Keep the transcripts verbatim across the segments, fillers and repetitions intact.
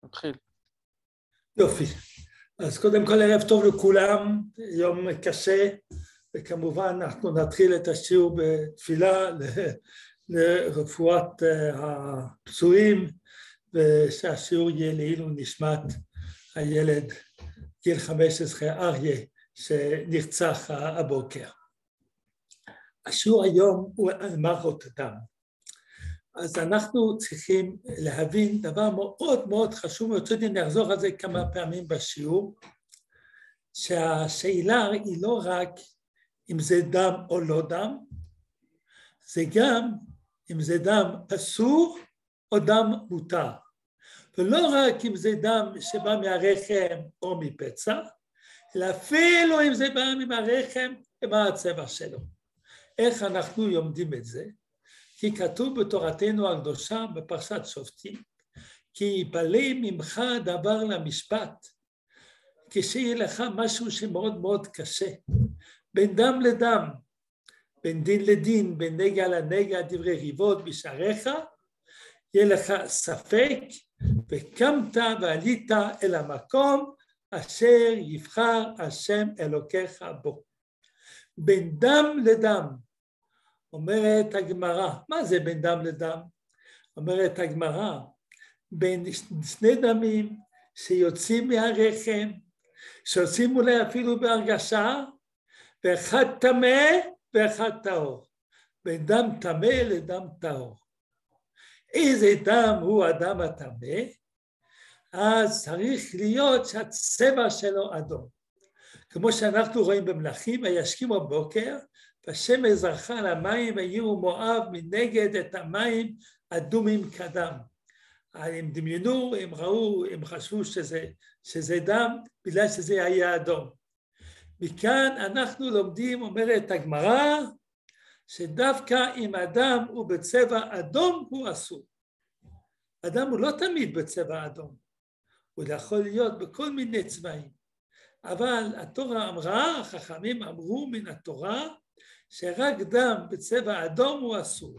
נתחיל. יופי. אז קודם כל ערב טוב לכולם, יום קשה, וכמובן אנחנו נתחיל את השיעור בתפילה לרפואת הפצועים, ושהשיעור יהיה לעילוי נשמת הילד גיל חמש עשרה אריה שנרצח הבוקר. השיעור היום הוא על מרות דם. אז אנחנו צריכים להבין דבר מאוד מאוד חשוב, ורציתי נחזור על זה כמה פעמים בשיעור, שהשאלה היא לא רק אם זה דם או לא דם, זה גם אם זה דם אסור או דם מותר. ולא רק אם זה דם שבא מהרחם או מפצע, אלא אפילו אם זה בא מהרחם ומה הצבע שלו. איך אנחנו לומדים את זה? כי כתוב בתורתנו הקדושה בפרשת שופטים, כי יפלא ממך דבר למשפט, כשיהיה לך משהו שמאוד מאוד קשה, בין דם לדם, בין דין לדין, בין נגע לנגע, דברי ריבות בשעריך, יהיה לך ספק, וקמת ועלית אל המקום אשר יבחר השם אלוקיך בו. בין דם לדם, אומרת הגמרא, מה זה בין דם לדם? אומרת הגמרא, בין שני דמים שיוצאים מהרחם, שיוצאים אולי אפילו בהרגשה, ואחד טמא ואחד טהור. בין דם טמא לדם טהור. איזה דם הוא הדם הטמא? אז צריך להיות שהצבע שלו אדום. כמו שאנחנו רואים במלכים, וישכימו בבוקר, והשמש זרחה על המים, ויראו מואב מנגד את המים אדומים כדם. הם דמיינו, הם ראו, הם חשבו שזה, שזה דם, בגלל שזה היה אדום. מכאן אנחנו לומדים, אומרת הגמרא, שדווקא אם אדם הוא בצבע אדום, הוא אסור. אדם הוא לא תמיד בצבע אדום, הוא יכול להיות בכל מיני צבעים. אבל התורה אמרה, החכמים אמרו מן התורה, שרק דם בצבע אדום הוא אסור.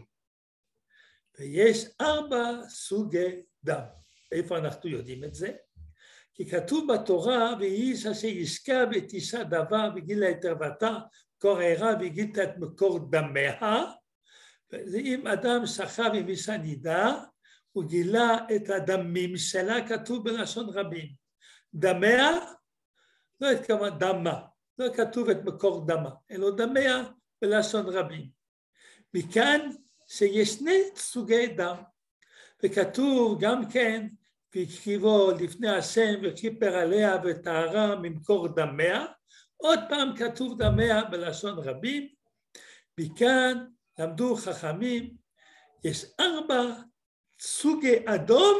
ויש ארבע סוגי דם. איפה אנחנו יודעים את זה? כי כתוב בתורה, ואיש אשר ישקע ותשע דבר וגילה את ערוותה, קור ערה וגילת את מקור דמיה, ואם אדם שכב עם אישה נידה, הוא גילה את הדמים שלה, כתוב בלשון רבים. דמיה, לא התכוון דמה, לא כתוב את מקור דמה, אלא דמיה בלשון רבים. מכאן שיש שני סוגי דם, וכתוב גם כן, והקריבו לפני השם וכיפר עליה וטהרה ממקור דמיה, עוד פעם כתוב דמיה בלשון רבים, מכאן למדו חכמים, יש ארבע סוגי אדום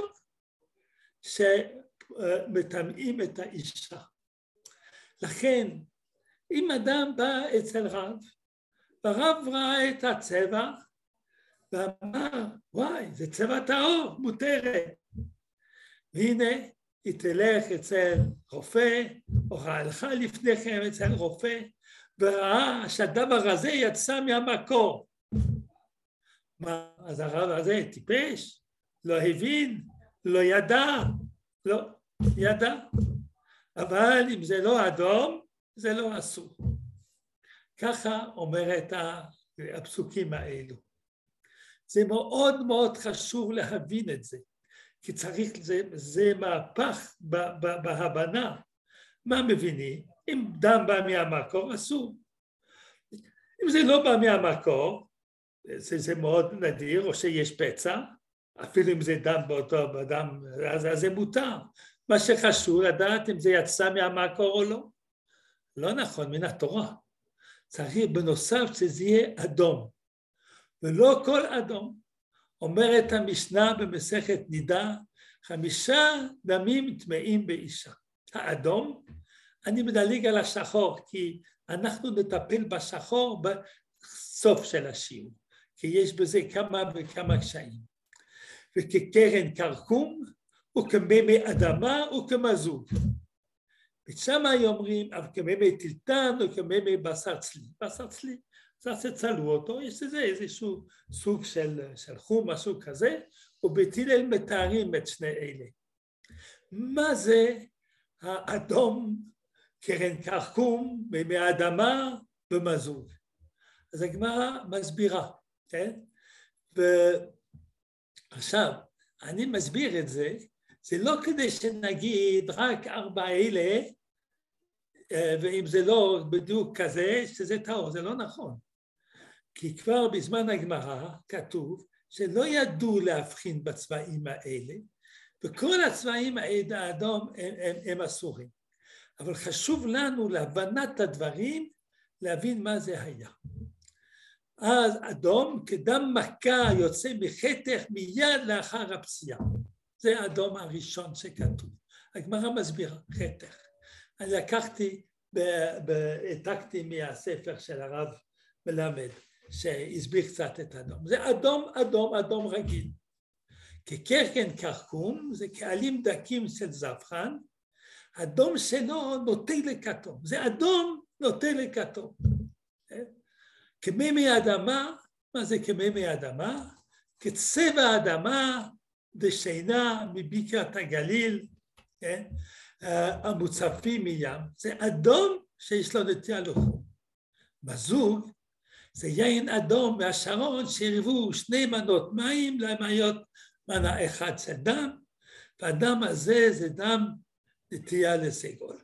שמטמאים את האישה. לכן, אם אדם בא אצל רב, והרב ראה את הצבע, ואמר, וואי, זה צבע טהור, מותרת. והנה, היא תלך אצל רופא, או הלכה לפני כן אצל רופא, וראה שהדבר הזה יצא מהמקור. מה, אז הרב הזה טיפש? לא הבין? לא ידע? לא, ידע. אבל אם זה לא אדום, זה לא אסור. ככה אומרת הפסוקים האלו. זה מאוד מאוד חשוב להבין את זה, כי צריך, זה, זה מהפך ב, ב, בהבנה. מה מבינים? אם דם בא מהמקור, אסור. אם זה לא בא מהמקור, זה, זה מאוד נדיר, או שיש פצע, אפילו אם זה דם באותו דם, אז, אז זה מותר. מה שחשוב לדעת אם זה יצא מהמקור או לא. לא נכון, מן התורה. צריך בנוסף שזה יהיה אדום. ולא כל אדום. אומרת המשנה במסכת נידה, חמישה דמים טמאים באישה. האדום, אני מדלג על השחור, כי אנחנו נטפל בשחור בסוף של השיעור, כי יש בזה כמה וכמה קשיים. וכקרן קרקום, וכמימי אדמה, וכמזוג. ושם אומרים, אבל כמימי טלטן, וכמימי בשר צלי. בשר צלי. אז תצלו אותו, יש לזה איזשהו סוג של, של חום, משהו כזה, ובתילל מתארים את שני אלה. מה זה האדום קרן כרכום מהאדמה במזוג? אז הגמרא מסבירה, כן? ועכשיו, אני מסביר את זה, זה לא כדי שנגיד רק ארבע אלה, ואם זה לא בדיוק כזה, שזה טהור, זה לא נכון. כי כבר בזמן הגמרא כתוב שלא ידעו להבחין בצבעים האלה, וכל הצבעים האדום הם, הם, הם אסורים. אבל חשוב לנו להבנת הדברים, להבין מה זה היה. אז אדום כדם מכה יוצא מחתך מיד לאחר הפציעה. זה האדום הראשון שכתוב. הגמרא מסבירה, חתך. אני לקחתי, העתקתי מהספר של הרב מלמד, שהסביר קצת את האדום. זה אדום, אדום, אדום רגיל. כקרקן כרכום, זה קהלים דקים של זפחן, אדום שלו נוטה לכתום. זה אדום נוטה לכתום. כמימי אדמה, מה זה כמימי אדמה? כצבע אדמה דשינה מבקעת הגליל, כן? המוצפים מים. זה אדום שיש לו נטייה לחום. מזוג זה יין אדום מהשרון שעירבו שני מנות מים למיות מנה אחד של דם, והדם הזה זה דם נטייה לסגול.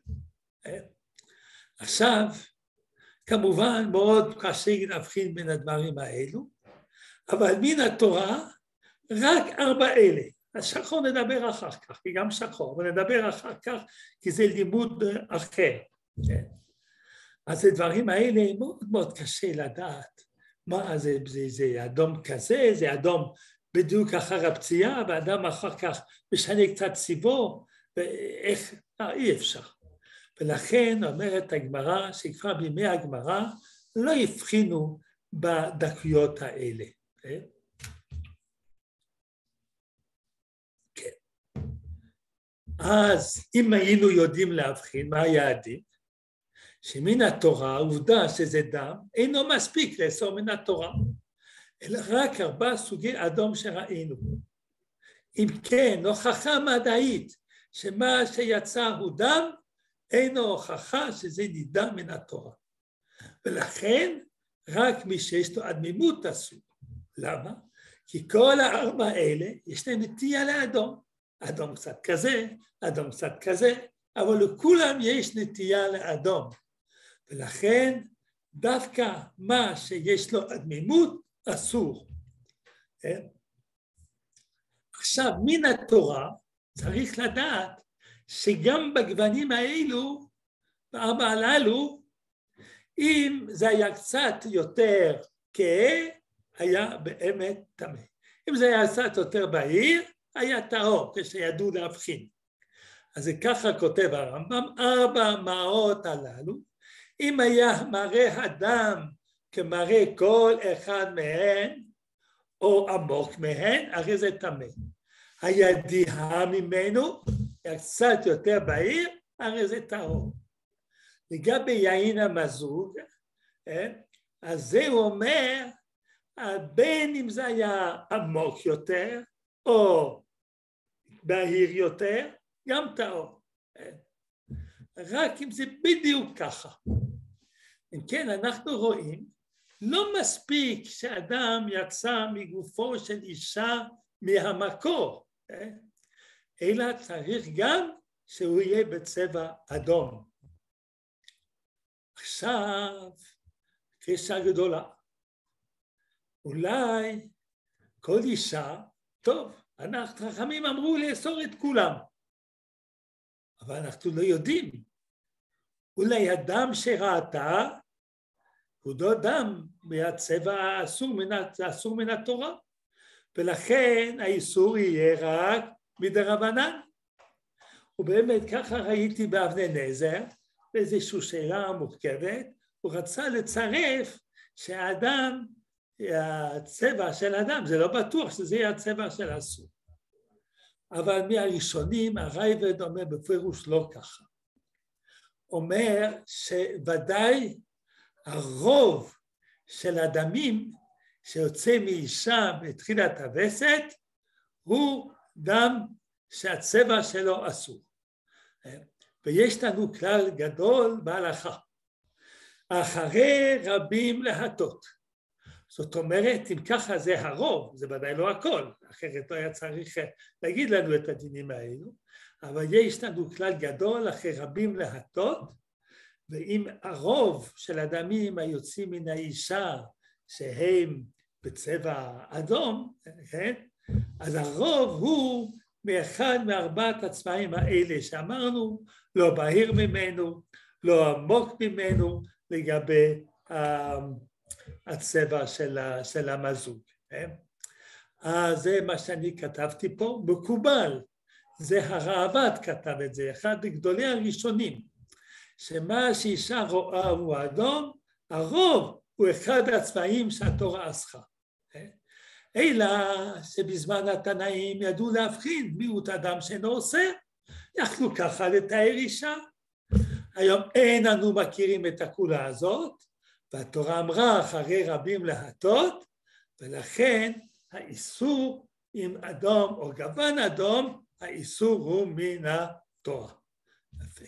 עכשיו, כמובן מאוד קשה להבחין בין הדברים האלו, אבל מן התורה רק ארבע אלה. השחור נדבר אחר כך, כי גם שחור, אבל נדבר אחר כך, כי זה לימוד אחר. כן? אז הדברים האלה מאוד מאוד קשה לדעת. מה זה, זה, זה אדום כזה, זה אדום בדיוק אחר הפציעה, ואדם אחר כך משנה קצת צבעו, ואיך, אי אפשר. ולכן אומרת הגמרא, שכבר בימי הגמרא לא הבחינו בדקויות האלה. כן? כן. אז אם היינו יודעים להבחין, מה היה עדיף? שמן התורה, העובדה שזה דם, אינו מספיק לאסור מן התורה, אלא רק ארבע סוגי אדום שראינו. אם כן, הוכחה מדעית שמה שיצא הוא דם, אינו הוכחה שזה נידע מן התורה. ולכן, רק מי שיש לו אדמימות אסור. למה? כי כל הארבע האלה יש להם נטייה לאדום. אדום קצת כזה, אדום קצת כזה, אבל לכולם יש נטייה לאדום. ולכן, דווקא מה שיש לו אדמימות אסור. עכשיו, מן התורה צריך לדעת שגם בגוונים האלו, בארבע הללו, אם זה היה קצת יותר כהה, היה באמת טמא. אם זה היה קצת יותר בהיר, היה טהור, כשידעו להבחין. אז זה ככה כותב הרמב"ם, ארבע מעות הללו, אם היה מראה הדם כמראה כל אחד מהן, או עמוק מהן, הרי זה טמא. הידיעה ממנו, קצת יותר בהיר, הרי זה טהור. לגבי יין המזוג, אז זה אומר, בין אם זה היה עמוק יותר, או בהיר יותר, גם טהור. רק אם זה בדיוק ככה. אם כן, אנחנו רואים, לא מספיק שאדם יצא מגופו של אישה מהמקור, אלא צריך גם שהוא יהיה בצבע אדום. עכשיו, קרישה גדולה. אולי כל אישה, טוב, אנחנו חכמים אמרו לאסור את כולם, אבל אנחנו לא יודעים. אולי הדם שראתה, הוא לא דם מהצבע האסור מן, האסור מן התורה, ולכן האיסור יהיה רק מדרבנן. ובאמת ככה ראיתי באבני נזר, באיזושהי שאלה מורכבת, הוא רצה לצרף שהאדם, הצבע של האדם, זה לא בטוח שזה יהיה הצבע של האסור. אבל מהראשונים הרייבד אומר בפירוש לא ככה. אומר שוודאי הרוב של הדמים שיוצא מאישה בתחילת הווסת, הוא דם שהצבע שלו אסור. ויש לנו כלל גדול בהלכה, אחרי רבים להטות. זאת אומרת, אם ככה זה הרוב, זה ודאי לא הכל, אחרת לא היה צריך להגיד לנו את הדינים האלו, אבל יש לנו כלל גדול אחרי רבים להטות, ואם הרוב של הדמים היוצאים מן האישה שהם בצבע אדום, כן? אז הרוב הוא מאחד מארבעת הצבעים האלה שאמרנו, לא בהיר ממנו, לא עמוק ממנו, לגבי הצבע של המזוג. אז זה מה שאני כתבתי פה, מקובל, זה הרעב"ד כתב את זה, אחד מגדולי הראשונים, שמה שאישה רואה הוא אדום, הרוב הוא אחד הצבעים שהתורה אסרה. אלא שבזמן התנאים ידעו להבחין מיעוט אדם שאינו עושה, יכלו ככה לתאר אישה. היום אין אנו מכירים את הכולה הזאת, והתורה אמרה אחרי רבים להטות, ולכן האיסור עם אדום או גוון אדום, האיסור הוא מן התורה. יפה.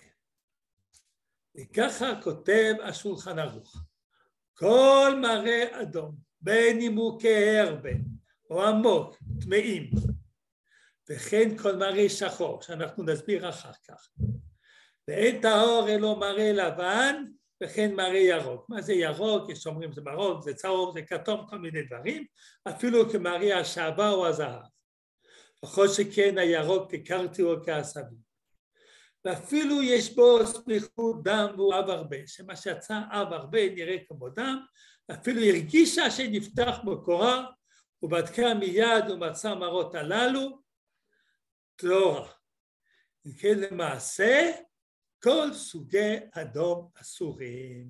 וככה כותב השולחן ערוך, כל מראה אדום, בין אם הוא כהרבה או עמוק, טמאים, וכן כל מראה שחור, שאנחנו נסביר אחר כך. ואין טהור אלא מראה לבן, וכן מראה ירוק. מה זה ירוק? יש אומרים זה מרוק, זה צהוב, זה כתום, כל מיני דברים, אפילו כמראה השעבה או הזהב. וכל שכן הירוק כקרתי או כעשבים. ואפילו יש בו סמיכות דם והוא אב הרבה, שמה שיצא אב הרבה נראה כמו דם, אפילו הרגישה שנפתח מקורה, ובדקה מיד ומצא מראות הללו, טהורה. וכן למעשה, כל סוגי אדום אסורים.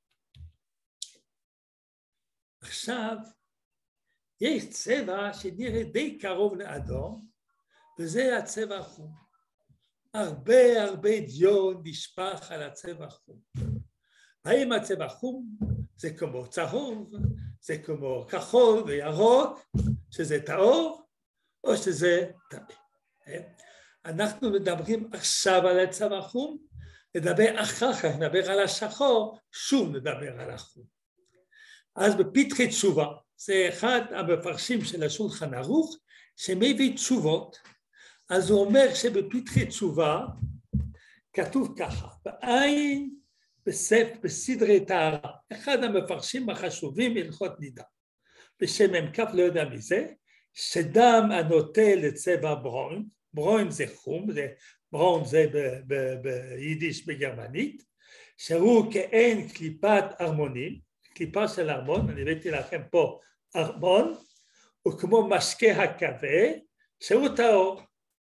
עכשיו, יש צבע שנראה די קרוב לאדום, וזה הצבע החום. הרבה הרבה דיון נשפך על הצבע החום. האם הצבע החום זה כמו צהוב, זה כמו כחול וירוק, שזה טהור, או שזה טמא. אנחנו מדברים עכשיו על הצבע החום, נדבר אחר כך, נדבר על השחור, שוב נדבר על החום. אז בפתחי תשובה, זה אחד המפרשים של השולחן ערוך, שמביא תשובות, אז הוא אומר שבפתחי תשובה, כתוב ככה, בעין בספר, בסדרי טהרה, אחד המפרשים החשובים הלכות נידה, בשם אם כף לא יודע מזה, שדם הנוטה לצבע ברון, ברון זה חום, זה, ברון זה ב, ב, ביידיש בגרמנית, שהוא כאין קליפת ארמונים, קליפה של ארמון, אני הבאתי לכם פה ארמון, הוא כמו משקה הכבה, שהוא טהור.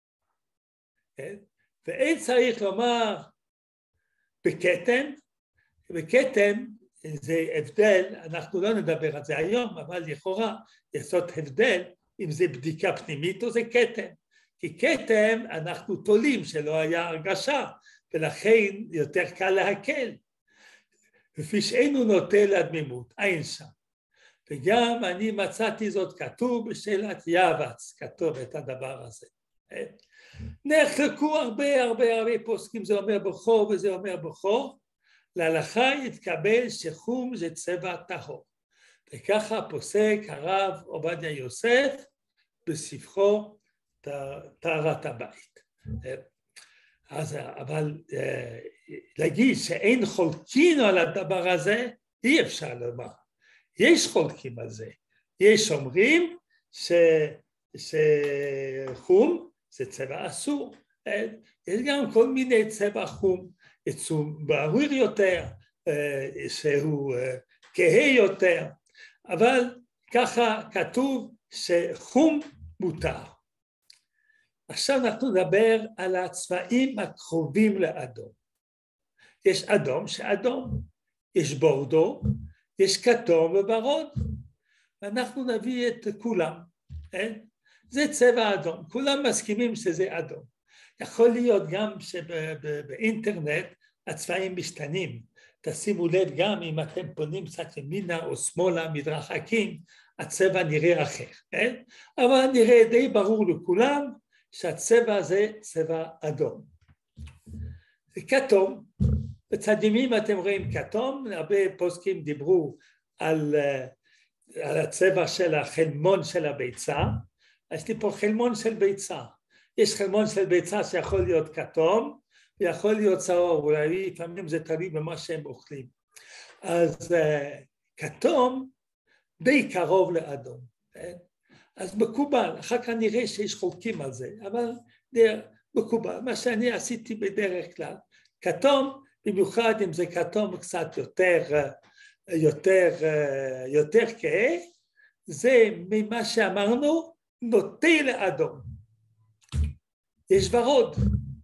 ואין צריך לומר בכתם, בכתם זה הבדל, אנחנו לא נדבר על זה היום, אבל לכאורה לעשות הבדל אם זה בדיקה פנימית או זה כתם. כי כתם אנחנו תולים שלא היה הרגשה, ולכן יותר קל להקל. ופשענו נוטה לדמימות, אין שם. וגם אני מצאתי זאת כתוב בשאלת יבץ, כתוב את הדבר הזה. נחלקו הרבה הרבה הרבה פוסקים, זה אומר בכור וזה אומר בכור, להלכה יתקבל שחום זה צבע טהור. וככה פוסק הרב עובדיה יוסף בספרו טהרת הבית. אז אבל להגיד שאין חולקים על הדבר הזה, אי אפשר לומר. יש חולקים על זה. יש אומרים ש, שחום זה צבע אסור. יש גם כל מיני צבע חום, עצום בהיר יותר, שהוא כהה יותר, אבל ככה כתוב שחום מותר. עכשיו אנחנו נדבר על הצבעים הקרובים לאדום. יש אדום שאדום, יש בורדו, יש כתום וברוד, ואנחנו נביא את כולם. אין? זה צבע אדום, כולם מסכימים שזה אדום. יכול להיות גם שבאינטרנט הצבעים משתנים. תשימו לב גם אם אתם פונים קצת ימינה או שמאלה, מתרחקים, הצבע נראה אחר. אין? אבל נראה די ברור לכולם שהצבע הזה צבע אדום. כתום, בצד ימין אתם רואים כתום, הרבה פוסקים דיברו על, על הצבע של החלמון של הביצה, יש לי פה חלמון של ביצה, יש חלמון של ביצה שיכול להיות כתום, ויכול להיות צהוב, אולי לפעמים זה תלוי במה שהם אוכלים. אז כתום די קרוב לאדום, אז מקובל, אחר כך נראה שיש חולקים על זה, אבל מקובל, מה שאני עשיתי בדרך כלל, כתום, במיוחד אם זה כתום קצת יותר, יותר, יותר כהה, זה ממה שאמרנו, נוטה לאדום. יש ורוד,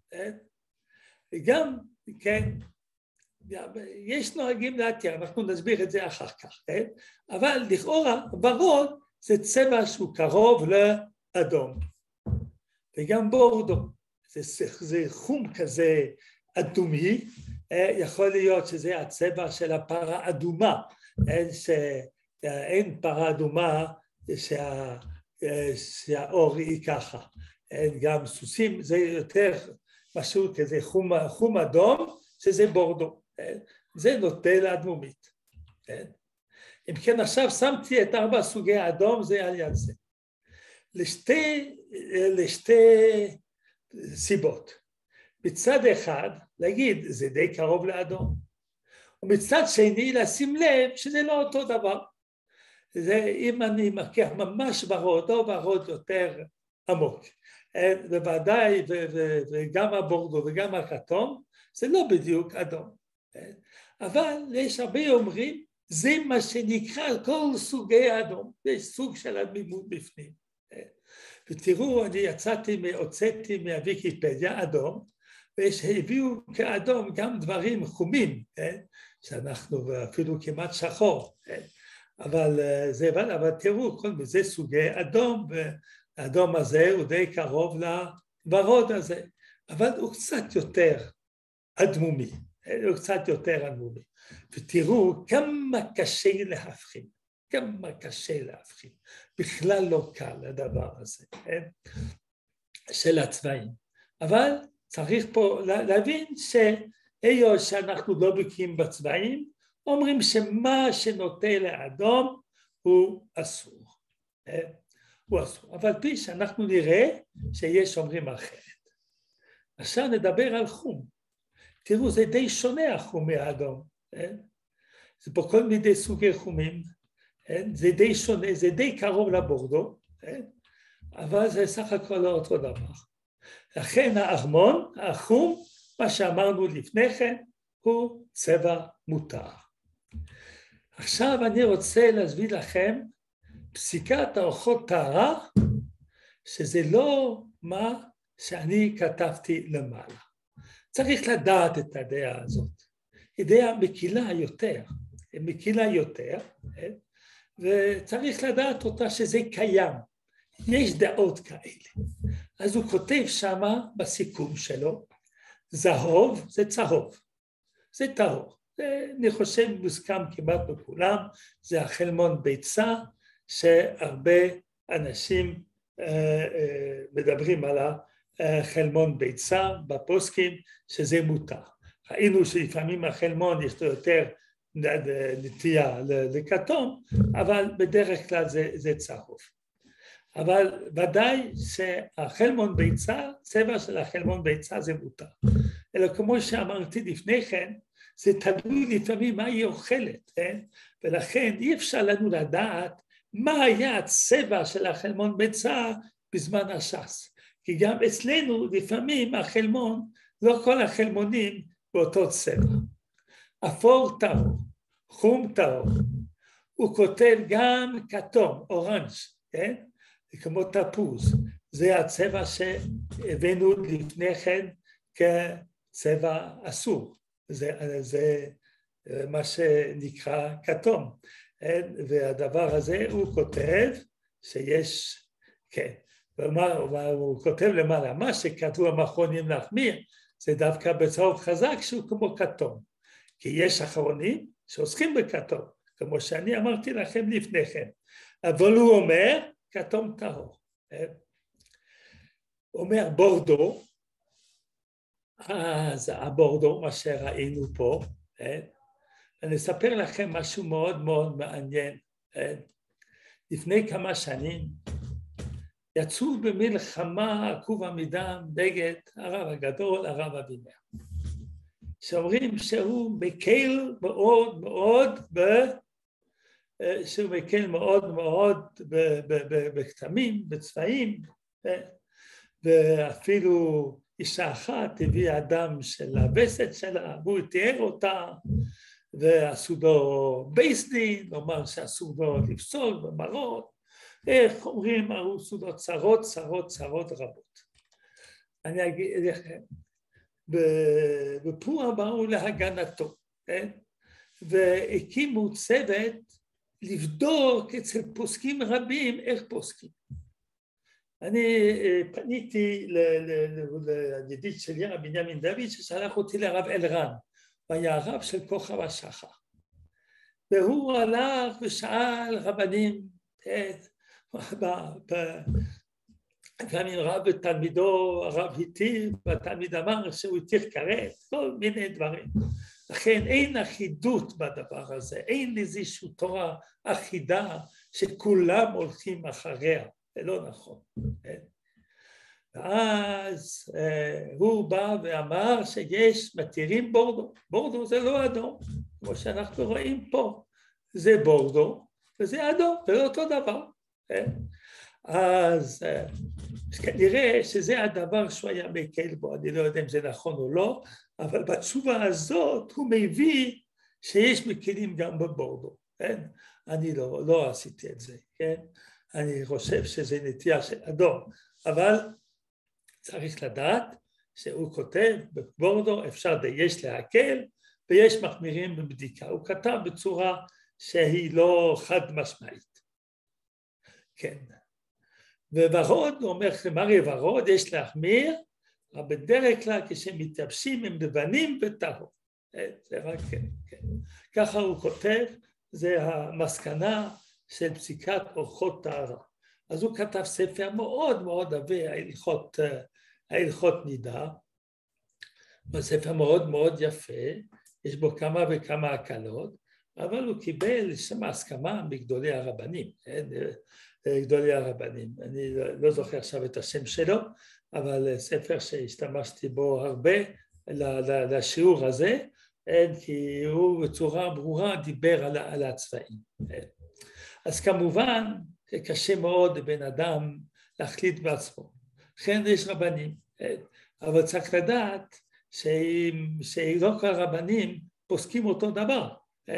וגם, כן, יש נוהגים להתיר, אנחנו נסביר את זה אחר כך, כן? אבל לכאורה, ורוד זה צבע שהוא קרוב לאדום, וגם בורדו, זה, זה חום כזה אדומי, יכול להיות שזה הצבע של הפרה אדומה, אין, שאין פרה אדומה שה, שהאור היא ככה, אין גם סוסים, זה יותר משהו כזה חום, חום אדום, שזה בורדו, זה נוטה לאדמומית. אם כן עכשיו שמתי את ארבע סוגי האדום, זה על יד זה. לשתי, לשתי סיבות. מצד אחד, להגיד, זה די קרוב לאדום. ומצד שני, לשים לב שזה לא אותו דבר. זה אם אני מקח ממש ורוד, או ורוד יותר עמוק. בוודאי, וגם הבורדו וגם הכתום, זה לא בדיוק אדום. אבל יש הרבה אומרים, זה מה שנקרא כל סוגי האדום, יש סוג של אדמימות בפנים. ותראו, אני יצאתי, הוצאתי מהוויקיפדיה אדום, והביאו כאדום גם דברים חומים, שאנחנו אפילו כמעט שחור, אבל זה, אבל תראו, כל זה סוגי אדום, והאדום הזה הוא די קרוב לוורוד הזה, אבל הוא קצת יותר אדמומי, הוא קצת יותר אדמומי. ותראו כמה קשה להבחין, כמה קשה להבחין, בכלל לא קל הדבר הזה, של הצבעים. אבל צריך פה להבין שהיות שאנחנו לא בקיאים בצבעים, אומרים שמה שנוטה לאדום הוא אסור. הוא אסור, אבל פי שאנחנו נראה שיש אומרים אחרת. עכשיו נדבר על חום. תראו, זה די שונה החום מהאדום. זה פה כל מיני סוגי חומים. זה די שונה, זה די קרוב לבורדו, אבל זה סך הכל לא אותו דבר. לכן הארמון, החום, מה שאמרנו לפני כן, הוא צבע מותר. עכשיו אני רוצה להסביר לכם פסיקת האורחות טהרה, שזה לא מה שאני כתבתי למעלה. צריך לדעת את הדעה הזאת. היא דעה מקילה יותר, מקילה יותר, וצריך לדעת אותה שזה קיים. יש דעות כאלה. אז הוא כותב שמה בסיכום שלו, זהוב זה צהוב, זה טהור. אני חושב מוסכם כמעט בכולם, זה החלמון ביצה, שהרבה אנשים מדברים על החלמון ביצה בפוסקים, שזה מותר. ראינו שלפעמים החלמון יש לו יותר נטייה לכתום, אבל בדרך כלל זה, זה צהוב. אבל ודאי שהחלמון ביצה, צבע של החלמון ביצה זה מותר. אלא כמו שאמרתי לפני כן, זה תלוי לפעמים מה היא אוכלת, כן? ולכן אי אפשר לנו לדעת מה היה הצבע של החלמון ביצה בזמן הש"ס. כי גם אצלנו לפעמים החלמון, לא כל החלמונים באותו צבע. אפור טהור, חום טהור. הוא כותב גם כתום, אורנג', כן? כמו תפוז. זה הצבע שהבאנו לפני כן כצבע אסור. זה, זה מה שנקרא כתום. והדבר הזה הוא כותב שיש, כן. ומה, הוא כותב למעלה, מה שכתבו המכונים להחמיר, זה דווקא בצהוב חזק שהוא כמו כתום. כי יש אחרונים שעוסקים בכתום, כמו שאני אמרתי לכם לפני כן. אבל הוא אומר, כתום טהור. אומר בורדו, אז הבורדו, מה שראינו פה, אני אספר לכם משהו מאוד מאוד מעניין. לפני כמה שנים יצאו במלחמה עקובה מדם נגד הרב הגדול, הרב אבינר, שאומרים שהוא מקל מאוד מאוד, ב, שהוא מקל מאוד מאוד בכתמים, בצבעים, ואפילו אישה אחת הביאה אדם של הווסת שלה, והוא תיאר אותה, ועשו לו בייס דין, לומר שאסור לו לפסול במראות, איך אומרים, עשו לו צרות, צרות, צרות רבות. אני אגיד לכם, בפועה באו להגנתו, כן? והקימו צוות לבדוק אצל פוסקים רבים איך פוסקים. אני פניתי לידיד שלי, הרב בנימין דוד, ששלח אותי לרב אלרן, והיה הרב של כוכב השחר. והוא הלך ושאל רבנים, גם אם רב ותלמידו, הרב התיר, והתלמיד אמר שהוא התיר כרת, כל מיני דברים. לכן אין אחידות בדבר הזה, אין איזושהי תורה אחידה שכולם הולכים אחריה, זה לא נכון. ואז הוא בא ואמר שיש מתירים בורדו, בורדו זה לא אדום, כמו שאנחנו רואים פה, זה בורדו וזה אדום, זה לא אותו דבר. אז כנראה שזה הדבר שהוא היה מקל בו, אני לא יודע אם זה נכון או לא, אבל בתשובה הזאת הוא מביא שיש מקלים גם בבורדו, כן? אני לא, לא עשיתי את זה, כן? אני חושב שזה נטייה של אדום, אבל צריך לדעת שהוא כותב בבורדו אפשר יש להקל ויש מחמירים בבדיקה, הוא כתב בצורה שהיא לא חד משמעית, כן. וורוד, הוא אומר, מרי ורוד, יש להחמיר, אבל בדרך כלל כשמתייבשים הם לבנים וטהור. זה רק כן, כן. ככה הוא כותב, זה המסקנה של פסיקת אורחות טהרה. אז הוא כתב ספר מאוד מאוד עבה, ההלכות, ההלכות נידה, ספר מאוד מאוד יפה, יש בו כמה וכמה הקלות, אבל הוא קיבל שם הסכמה מגדולי הרבנים, גדולי הרבנים. אני לא זוכר עכשיו את השם שלו, אבל ספר שהשתמשתי בו הרבה לשיעור הזה, כי הוא בצורה ברורה דיבר על, על הצבעים. אז כמובן קשה מאוד לבן אדם להחליט בעצמו. לכן יש רבנים, אבל צריך לדעת שלא כל הרבנים פוסקים אותו דבר.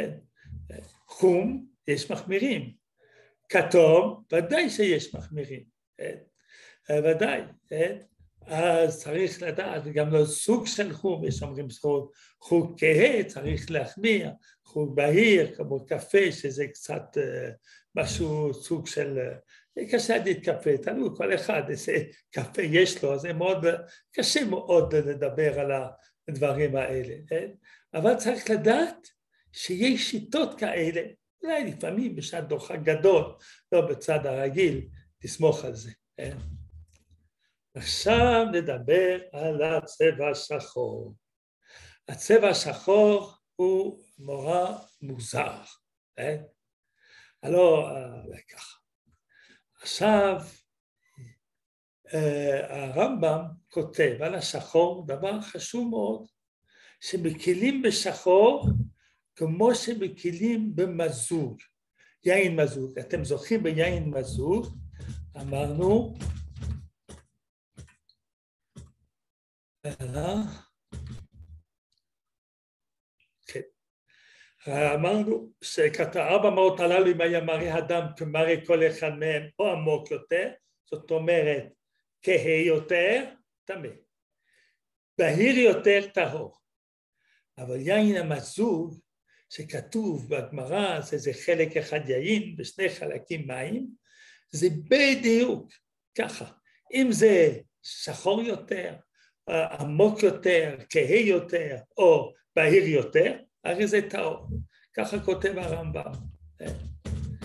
חום יש מחמירים, כתום ודאי שיש מחמירים, ודאי, אז צריך לדעת, גם לא סוג של חום, יש אומרים חום כהה, צריך להחמיר, חום בהיר, כמו קפה, שזה קצת משהו סוג של, קשה להגיד קפה, תלוי כל אחד, איזה קפה יש לו, אז זה מאוד, קשה מאוד לדבר על הדברים האלה, אבל צריך לדעת שיש שיטות כאלה, אולי לפעמים בשעת דוחה גדול, לא בצד הרגיל, תסמוך על זה. עכשיו נדבר על הצבע השחור. הצבע השחור הוא נורא מוזר. הלא ככה. עכשיו הרמב"ם כותב על השחור דבר חשוב מאוד, שמקילים בשחור כמו שמקילים במזור, יין מזור. אתם זוכרים ביין מזור, אמרנו, כן, אמרנו שכת ארבע מאות הללו אם היה מראה הדם כמראה כל אחד מהם או עמוק יותר, זאת אומרת כהה יותר, טמא, בהיר יותר, טהור. אבל יין המזור שכתוב בגמרא, זה חלק אחד יין ושני חלקים מים, זה בדיוק ככה. אם זה שחור יותר, עמוק יותר, כהה יותר, או בהיר יותר, הרי זה טהור. ככה כותב הרמב"ם.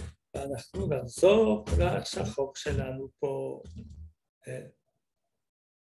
ואנחנו נחזור לשחור שלנו פה.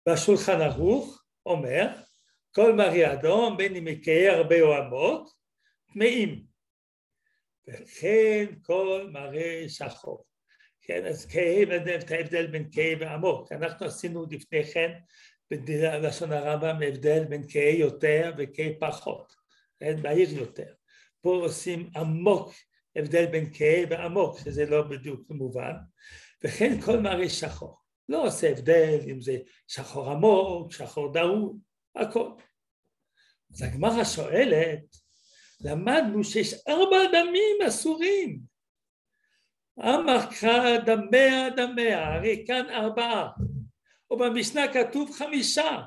והשולחן ערוך אומר, כל מראה אדום, בין אם יקהה הרבה או עמוק, טמאים. וכן כל מראה שחור. כן, אז כהה, את ההבדל בין כהה ועמוק. אנחנו עשינו לפני כן, בלשון הרמב"ם, הבדל בין כהה יותר וכהה פחות. בהיר יותר. פה עושים עמוק, הבדל בין כהה ועמוק, שזה לא בדיוק מובן. וכן כל מראה שחור. לא עושה הבדל אם זה שחור עמוק, שחור דהוי, הכל. אז הגמרא שואלת, למדנו שיש ארבע דמים אסורים. אמר דמיה דמיה, הרי כאן ארבעה. ובמשנה כתוב חמישה.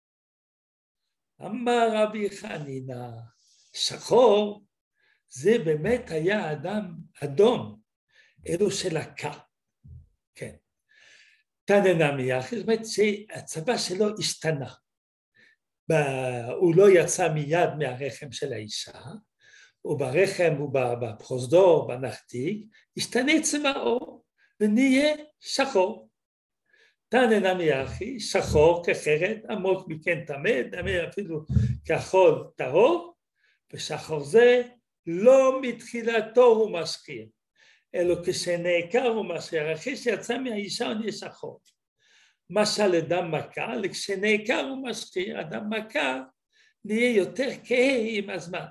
אמר רבי חנינא, שחור, זה באמת היה אדם אדום, אלו שלקה. כן. תנא נמיך, זאת אומרת שהצבא שלו השתנה. הוא לא יצא מיד מהרחם של האישה, וברחם ובפרוזדור, בנחתיק, השתנה צבעו ונהיה שחור. תנא נמיך, שחור כחרת, עמוק מכן טמא, טמא אפילו כחול טהור, ושחור זה לא מתחילתו הוא משחיר, אלא כשנעקר הוא משחיר, אחרי שיצא מהאישה הוא נהיה שחור. משל אדם מכה, כשנעקר הוא משחיר, אדם מכה נהיה יותר כהה עם הזמן.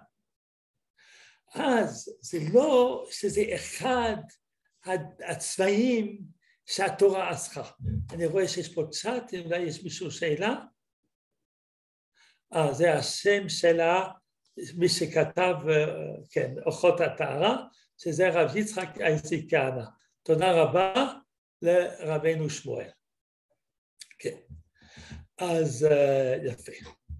אז זה לא שזה אחד הצבעים שהתורה אסרה. אני רואה שיש פה צ'אט, אולי יש מישהו שאלה? אה, זה השם שלה, מי שכתב, כן, אורחות הטהרה, שזה רב יצחק אייזיק כהנא. תודה רבה לרבנו שמואל. כן, אז יפה.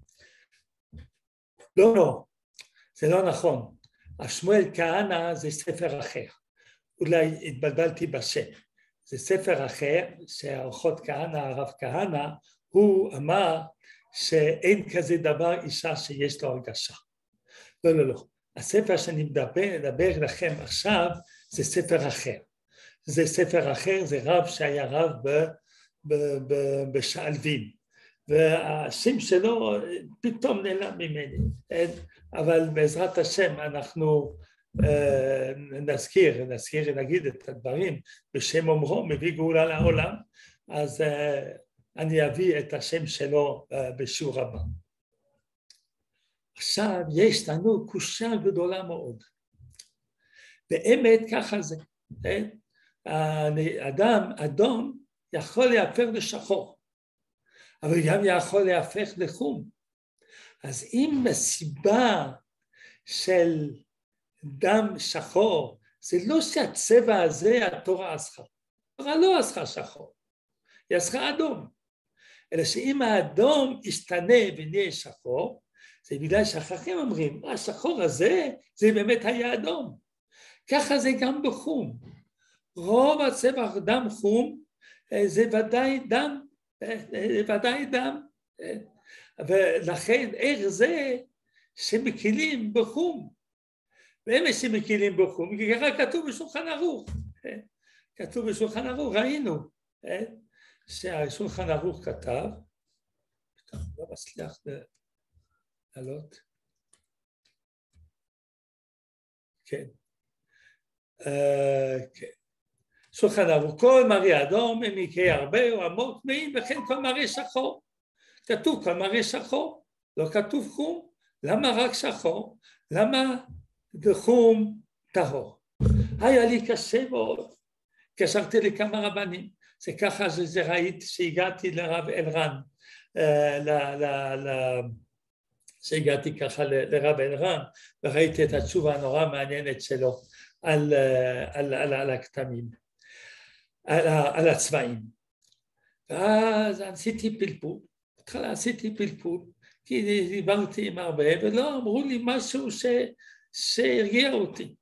לא, לא, זה לא נכון. השמואל כהנא זה ספר אחר. אולי התבלבלתי בשם. זה ספר אחר שהאורחות כהנא, הרב כהנא, הוא אמר שאין כזה דבר אישה שיש לו הרגשה. לא, לא, לא. הספר שאני מדבר, מדבר לכם עכשיו זה ספר אחר. זה ספר אחר, זה רב שהיה רב ב... בשעלבים, והשם שלו פתאום נעלם ממני, אבל בעזרת השם אנחנו נזכיר, נזכיר נגיד את הדברים בשם אומרו מביא גאולה לעולם, אז אני אביא את השם שלו בשיעור הבא. עכשיו יש לנו קושיה גדולה מאוד, באמת ככה זה, אדם אדום יכול להפך לשחור, אבל גם יכול להפך לחום. אז אם הסיבה של דם שחור, זה לא שהצבע הזה התורה אסרה. התורה לא אסרה שחור, היא אסרה אדום. אלא שאם האדום ישתנה ונהיה שחור, זה בגלל שהחכמים אומרים, השחור הזה, זה באמת היה אדום. ככה זה גם בחום. רוב הצבע דם חום, זה ודאי דם, זה ודאי דם, ולכן איך זה שמקילים בחום, והם שמקילים בחום, כי ככה כתוב בשולחן ערוך, כתוב בשולחן ערוך, ראינו, שהשולחן ערוך כתב, לא מצליח לעלות, כן, כן, שולחן ערוך, כל מראה אדום, אם יקהה הרבה או עמוק, טמאים, וכן כל מראה שחור. כתוב כל מראה שחור, לא כתוב חום. למה רק שחור? למה חום טהור? היה לי קשה מאוד, קשרתי לכמה רבנים, זה ככה שזה ראיתי שהגעתי לרב אלרן, שהגעתי ככה לרב אלרן, וראיתי את התשובה הנורא מעניינת שלו על, על, על, על הכתמים. על, על הצבעים. ואז עשיתי פלפול, התחלה עשיתי פלפול, כי דיברתי עם הרבה, ולא אמרו לי משהו ש... שהרגיע אותי.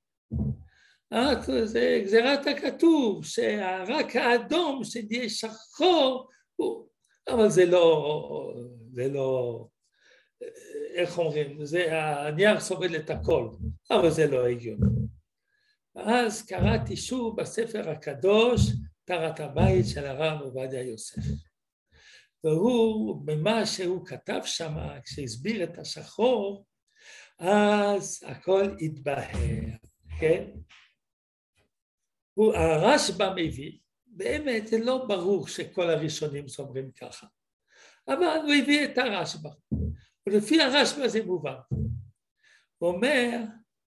זה גזירת הכתוב, שרק האדום שנהיה שחור, הוא... אבל זה לא, זה לא, איך אומרים, זה הנייר סובל את הכל, אבל זה לא הגיוני. ואז קראתי שוב בספר הקדוש, טהרת הבית של הרב עובדיה יוסף. והוא, במה שהוא כתב שם, כשהסביר את השחור, אז הכל התבהר, כן? הוא, הרשב"א מביא, באמת זה לא ברור שכל הראשונים סוברים ככה, אבל הוא הביא את הרשב"א, ולפי הרשב"א זה מובן. הוא אומר,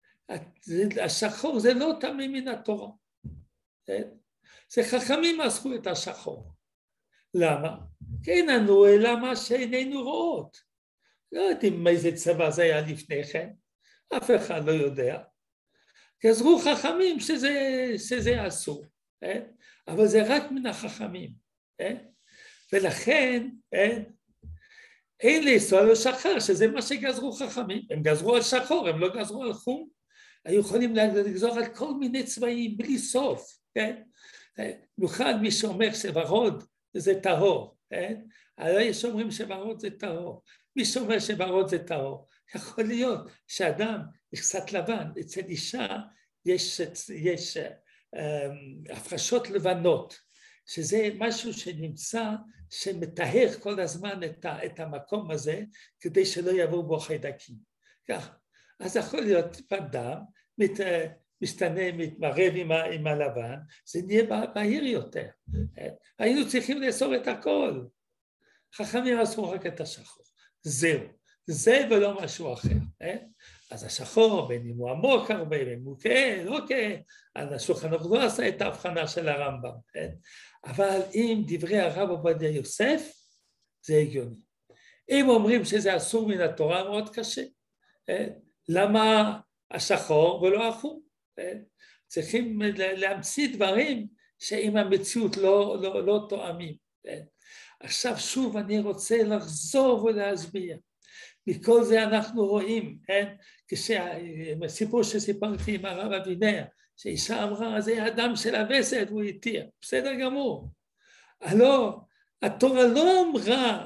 השחור זה לא תמי מן התורה, כן? זה חכמים עשו את השחור. למה? כי אין לנו אלא מה שאיננו רואות. לא יודעים מאיזה צבע זה היה לפני כן, אף אחד לא יודע. גזרו חכמים שזה, שזה אסור, אה? אבל זה רק מן החכמים. אה? ולכן אה? אין לאסור על שחר, שזה מה שגזרו חכמים. הם גזרו על שחור, הם לא גזרו על חום. היו יכולים לגזור על כל מיני צבעים, בלי סוף. אה? במיוחד מי שאומר שוורוד זה טהור. אה? הרי יש אומרים שוורוד זה טהור. מי שאומר שוורוד זה טהור. יכול להיות שאדם קצת לבן, אצל אישה יש, יש um, הפרשות לבנות, שזה משהו שנמצא, שמטהר כל הזמן את, ה, את המקום הזה, כדי שלא יבואו בו חיידקים. כך, אז יכול להיות דם, מת, משתנה, מתמרב עם, ה, עם הלבן, זה נהיה בהיר יותר. היינו צריכים לאסור את הכל. חכמים עשו רק את השחור. זהו. זה ולא משהו אחר. אה? אז השחור, בין אם הוא עמוק הרבה, בין אם הוא כן, לא כן, אז השולחן ערוך לא עשה את ההבחנה של הרמב"ם. אה? אבל אם דברי הרב עובדיה יוסף, זה הגיוני. אם אומרים שזה אסור מן התורה, מאוד קשה. אה? למה השחור ולא החום? אה? צריכים להמציא דברים שעם המציאות לא, לא, לא תואמים. אה? עכשיו שוב אני רוצה לחזור ולהסביר. מכל זה אנחנו רואים, כן? כשהסיפור שסיפרתי עם הרב אבינר, שאישה אמרה, זה הדם של הווסת, הוא התיר, בסדר גמור. הלא, התורה לא אמרה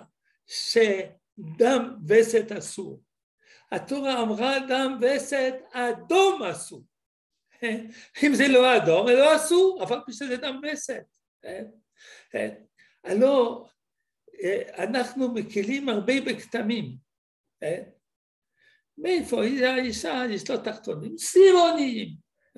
שדם וסת אסור. התורה אמרה דם וסת אדום אסור. אם זה לא אדום, זה לא אסור, אבל זה דם וסת. הלא, אנחנו מקלים הרבה בכתמים. מאיפה? האישה יש לו תחתונים, סירוניים,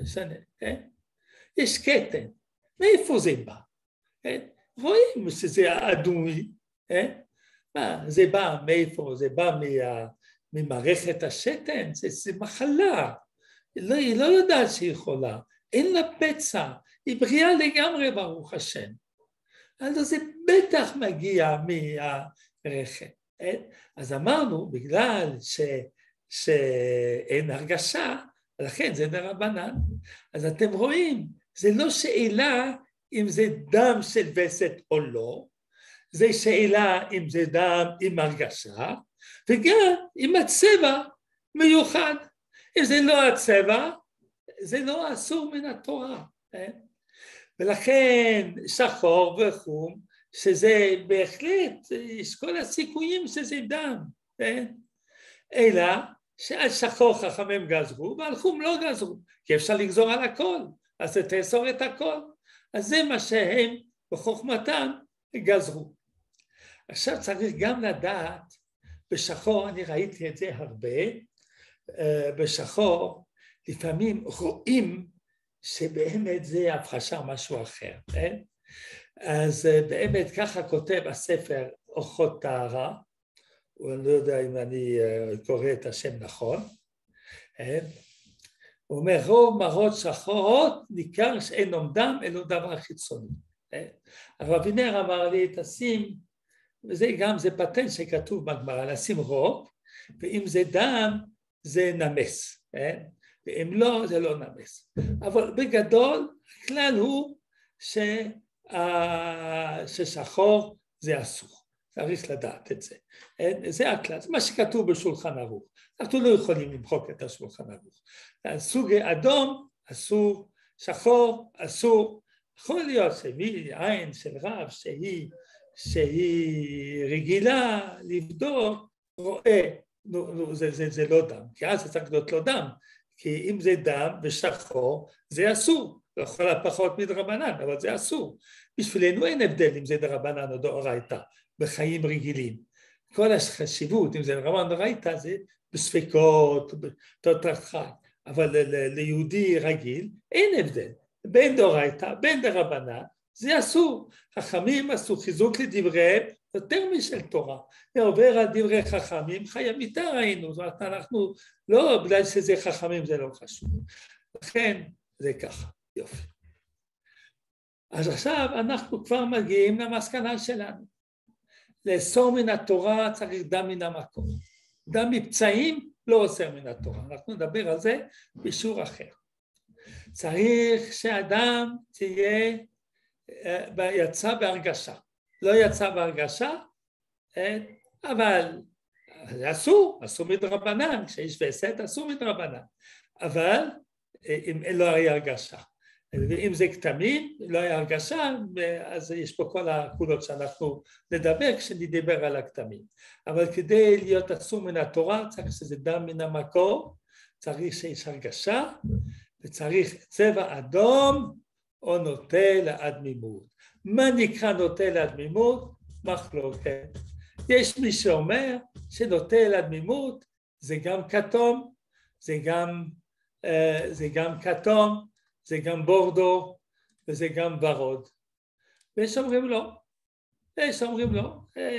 יש קטן, מאיפה זה בא? רואים שזה אדומי, זה בא מאיפה? זה בא ממערכת השתן, זה מחלה, היא לא יודעת שהיא חולה, אין לה פצע, היא בריאה לגמרי ברוך השם, אז זה בטח מגיע מהרחם. אז אמרנו, בגלל ש, שאין הרגשה, לכן זה דרבנן. אז אתם רואים, זה לא שאלה אם זה דם של וסת או לא, זה שאלה אם זה דם עם הרגשה, וגם אם הצבע מיוחד. אם זה לא הצבע, זה לא אסור מן התורה. ולכן שחור וחום, שזה בהחלט, יש כל הסיכויים שזה דם, אלא שעל שחור חכמים גזרו ועל חום לא גזרו, כי אפשר לגזור על הכל, אז תאסור את הכל, אז זה מה שהם בחוכמתם גזרו. עכשיו צריך גם לדעת, בשחור, אני ראיתי את זה הרבה, בשחור לפעמים רואים שבאמת זה הפחשה משהו אחר, כן? אז באמת ככה כותב הספר אורחות טהרה, אני לא יודע אם אני קורא את השם נכון, הוא אומר רוב מראות שחורות ניכר שאין עומדם אלא דבר חיצוני. הרב אבינר אמר לי תשים, וזה גם זה פטנט שכתוב בגמרא, לשים רוב, ואם זה דם זה נמס, ואם לא זה לא נמס. אבל בגדול הכלל הוא ש... ששחור זה אסור, צריך לדעת את זה, זה הכלל, זה מה שכתוב בשולחן ערוך, אנחנו לא יכולים למחוק את השולחן ערוך, סוג אדום אסור, שחור אסור, יכול להיות שמעין של רב שהיא, שהיא רגילה לבדוק, רואה, נו, נו, זה, זה, זה לא דם, כי אז זה צריך להיות לא דם, כי אם זה דם ושחור זה אסור, לכל הפחות מדרבנן, אבל זה אסור. בשבילנו אין הבדל אם זה דרבנן או דאורייתא בחיים רגילים. כל החשיבות, אם זה דרבנן או דאורייתא, זה בספקות, בתותח חי. אבל ליהודי רגיל אין הבדל. בין דאורייתא, בין דרבנן, זה אסור. חכמים עשו חיזוק לדבריהם יותר משל תורה. ועובר על דברי חכמים, חי אמיתה ראינו. זאת אומרת, אנחנו, לא בגלל שזה חכמים זה לא חשוב. לכן זה ככה, יופי. אז עכשיו אנחנו כבר מגיעים למסקנה שלנו. לאסור מן התורה צריך דם מן המקום. דם מפצעים לא אוסר מן התורה. אנחנו נדבר על זה בשיעור אחר. צריך שאדם תהיה יצא בהרגשה. לא יצא בהרגשה, אבל זה אסור, אסור מדרבנן, כשיש וסת אסור מדרבנן. אבל אם לא היה הרגשה. ואם זה כתמים, לא היה הרגשה, אז יש פה כל הקולות שאנחנו נדבר כשנדבר על הכתמים. אבל כדי להיות אסור מן התורה, צריך שזה דם מן המקור, צריך שיש הרגשה, וצריך צבע אדום או נוטה לאדמימות. מה נקרא נוטה לאדמימות? מחלוקת. יש מי שאומר שנוטה לאדמימות זה גם כתום, זה גם, זה גם כתום, זה גם בורדו וזה גם ורוד. ויש שאומרים לא, יש שאומרים לא,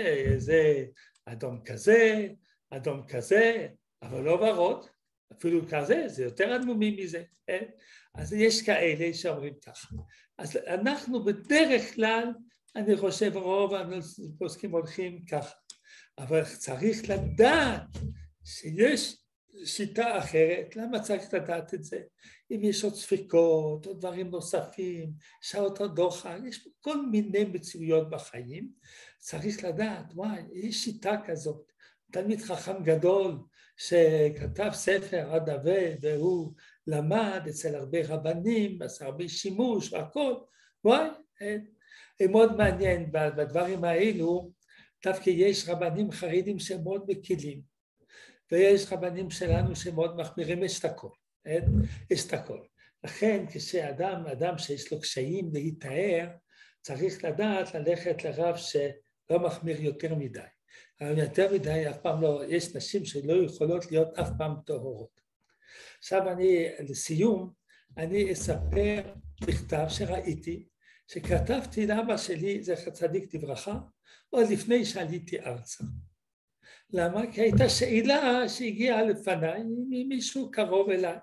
זה אדום כזה, אדום כזה, אבל לא ורוד, אפילו כזה, זה יותר אדמומי מזה. אז יש כאלה שאומרים ככה. אז אנחנו בדרך כלל, אני חושב רוב הפוסקים הולכים ככה, אבל צריך לדעת שיש שיטה אחרת. למה צריך לדעת את זה? אם יש עוד ספקות, או דברים נוספים, שעות הדוחה, יש כל מיני מציאויות בחיים, צריך לדעת, וואי, יש שיטה כזאת. תלמיד חכם גדול שכתב ספר עד עבה, והוא למד אצל הרבה רבנים, עשה הרבה שימוש והכל, וואי, מאוד מעניין בדברים האלו, דווקא יש רבנים חרדים שהם מאוד מקילים, ויש רבנים שלנו שמאוד מחמירים את הכל, את הכל. לכן כשאדם, אדם שיש לו קשיים להיטהר, צריך לדעת ללכת לרב שלא מחמיר יותר מדי. אבל יותר מדי אף פעם לא, יש נשים שלא יכולות להיות אף פעם טהורות. עכשיו אני, לסיום, אני אספר מכתב שראיתי, שכתבתי לאבא שלי, זכר צדיק לברכה, עוד לפני שעליתי ארצה. למה? כי הייתה שאלה שהגיעה לפניי ממישהו קרוב אליי,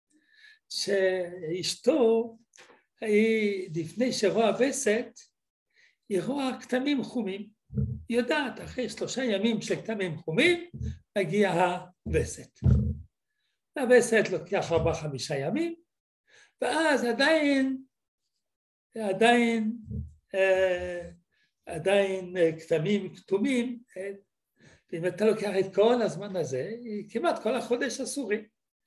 שאשתו, היא, לפני שרואה וסת, היא רואה כתמים חומים. היא יודעת, אחרי שלושה ימים של כתמים חומים, מגיע הווסת. הווסת לוקח ארבעה חמישה ימים, ואז עדיין, עדיין, עדיין כתמים כתומים, ואם אתה לוקח את כל הזמן הזה, כמעט כל החודש אסורי.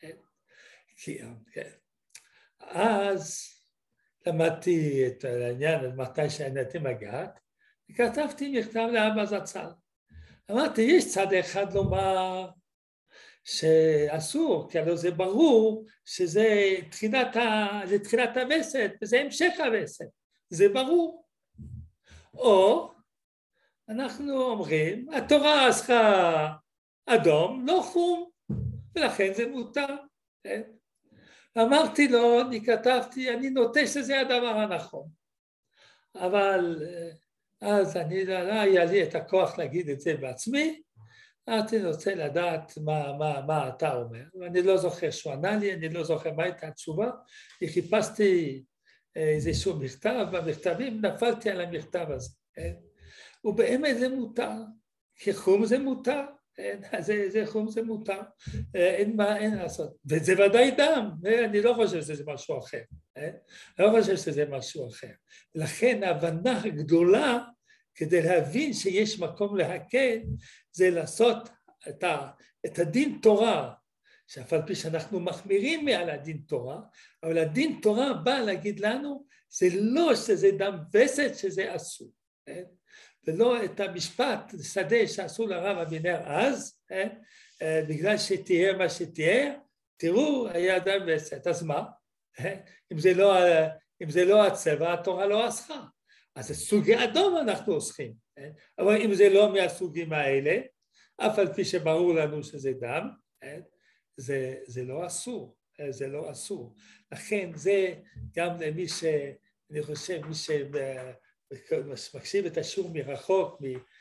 אז למדתי את העניין, מתי שהענייתי מגעת, וכתבתי מכתב לאבא זצ"ל. אמרתי, יש צד אחד לומר שאסור, כי הלוא זה ברור שזה תחילת, ה... זה תחילת הווסת, וזה המשך הווסת, זה ברור. או אנחנו אומרים, התורה עשתה אדום, לא חום, ולכן זה מותר. אמרתי לו, אני כתבתי, אני נוטה שזה הדבר הנכון. אבל אז אני, לא היה לי את הכוח להגיד את זה בעצמי, אני רוצה לדעת מה, מה, מה אתה אומר. אני לא זוכר שהוא ענה לי, אני לא זוכר מה הייתה התשובה, חיפשתי איזשהו מכתב, במכתבים נפלתי על המכתב הזה. ובאמת זה מותר, כי חום זה מותר, זה, זה חום זה מותר, אין מה, אין לעשות. וזה ודאי דם, אני לא חושב שזה משהו אחר, אני לא חושב שזה משהו אחר. לכן ההבנה הגדולה, כדי להבין שיש מקום להקל, זה לעשות את, ה, את הדין תורה, שאף על פי שאנחנו מחמירים מעל הדין תורה, אבל הדין תורה בא להגיד לנו, זה לא שזה דם וסת, שזה אסור. ולא את המשפט שדה שעשו לרב אבינר אז, בגלל שתיאר מה שתיאר, תראו, היה דם וסת. אז מה? אם זה לא, אם זה לא הצבע, התורה לא אסרה. אז את סוגי אדום אנחנו אוסרים. אבל אם זה לא מהסוגים האלה, אף על פי שברור לנו שזה דם, זה, זה לא אסור. זה לא אסור. לכן זה גם למי ש... אני חושב, מי שמקשיב את השיעור מרחוק,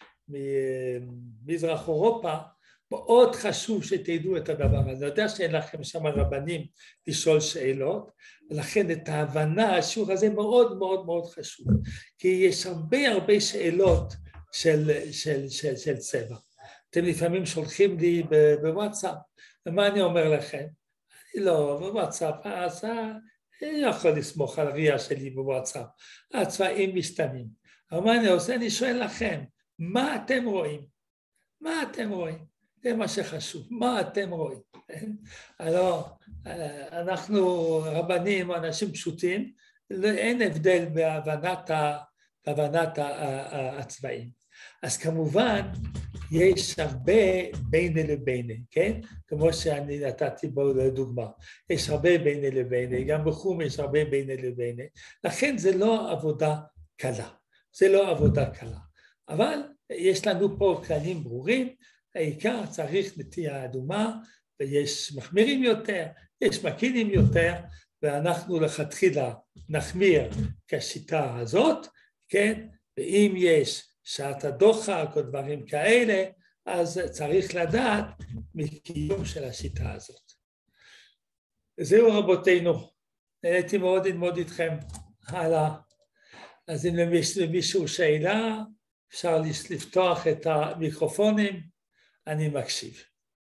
ממזרח אירופה, מאוד חשוב שתדעו את הדבר הזה. אני יודע שאין לכם שם רבנים לשאול שאלות, ולכן את ההבנה, השיעור הזה מאוד מאוד מאוד חשוב, כי יש הרבה הרבה שאלות של, של, של, של צבע. אתם לפעמים שולחים לי בוואטסאפ, ומה אני אומר לכם? אני לא, בוואטסאפ, אז אני לא יכול לסמוך על ראייה שלי בוואטסאפ, הצבעים משתנים. אבל מה אני עושה? אני שואל לכם, מה אתם רואים? מה אתם רואים? זה מה שחשוב, מה אתם רואים? הלוא אנחנו רבנים, אנשים פשוטים, אין הבדל בהבנת, בהבנת הצבעים. אז כמובן יש הרבה ביני לביני, כן? כמו שאני נתתי בו לדוגמה, יש הרבה ביני לביני, גם בחום יש הרבה ביני לביני, לכן זה לא עבודה קלה, זה לא עבודה קלה, אבל יש לנו פה כללים ברורים, העיקר צריך נטייה אדומה, ויש מחמירים יותר, יש מקילים יותר, ואנחנו לכתחילה נחמיר כשיטה הזאת, כן? ואם יש שעת הדוחק או דברים כאלה, אז צריך לדעת מקיום של השיטה הזאת. זהו רבותינו, נהניתי מאוד ללמוד איתכם. הלאה. אז אם למישהו שאלה, אפשר לפתוח את המיקרופונים, אני מקשיב.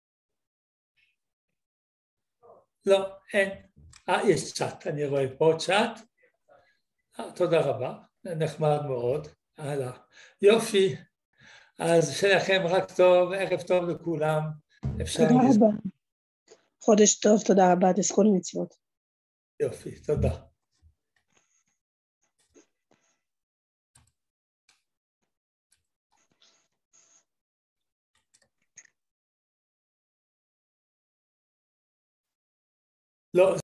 לא, אין. אה, יש צ'אט, אני רואה פה צ'אט. תודה רבה, נחמד מאוד. הלאה. יופי. אז שיהיה לכם רק טוב, ערב טוב לכולם. תודה רבה. חודש טוב, תודה רבה, תזכו למצוות. יופי, תודה. לא.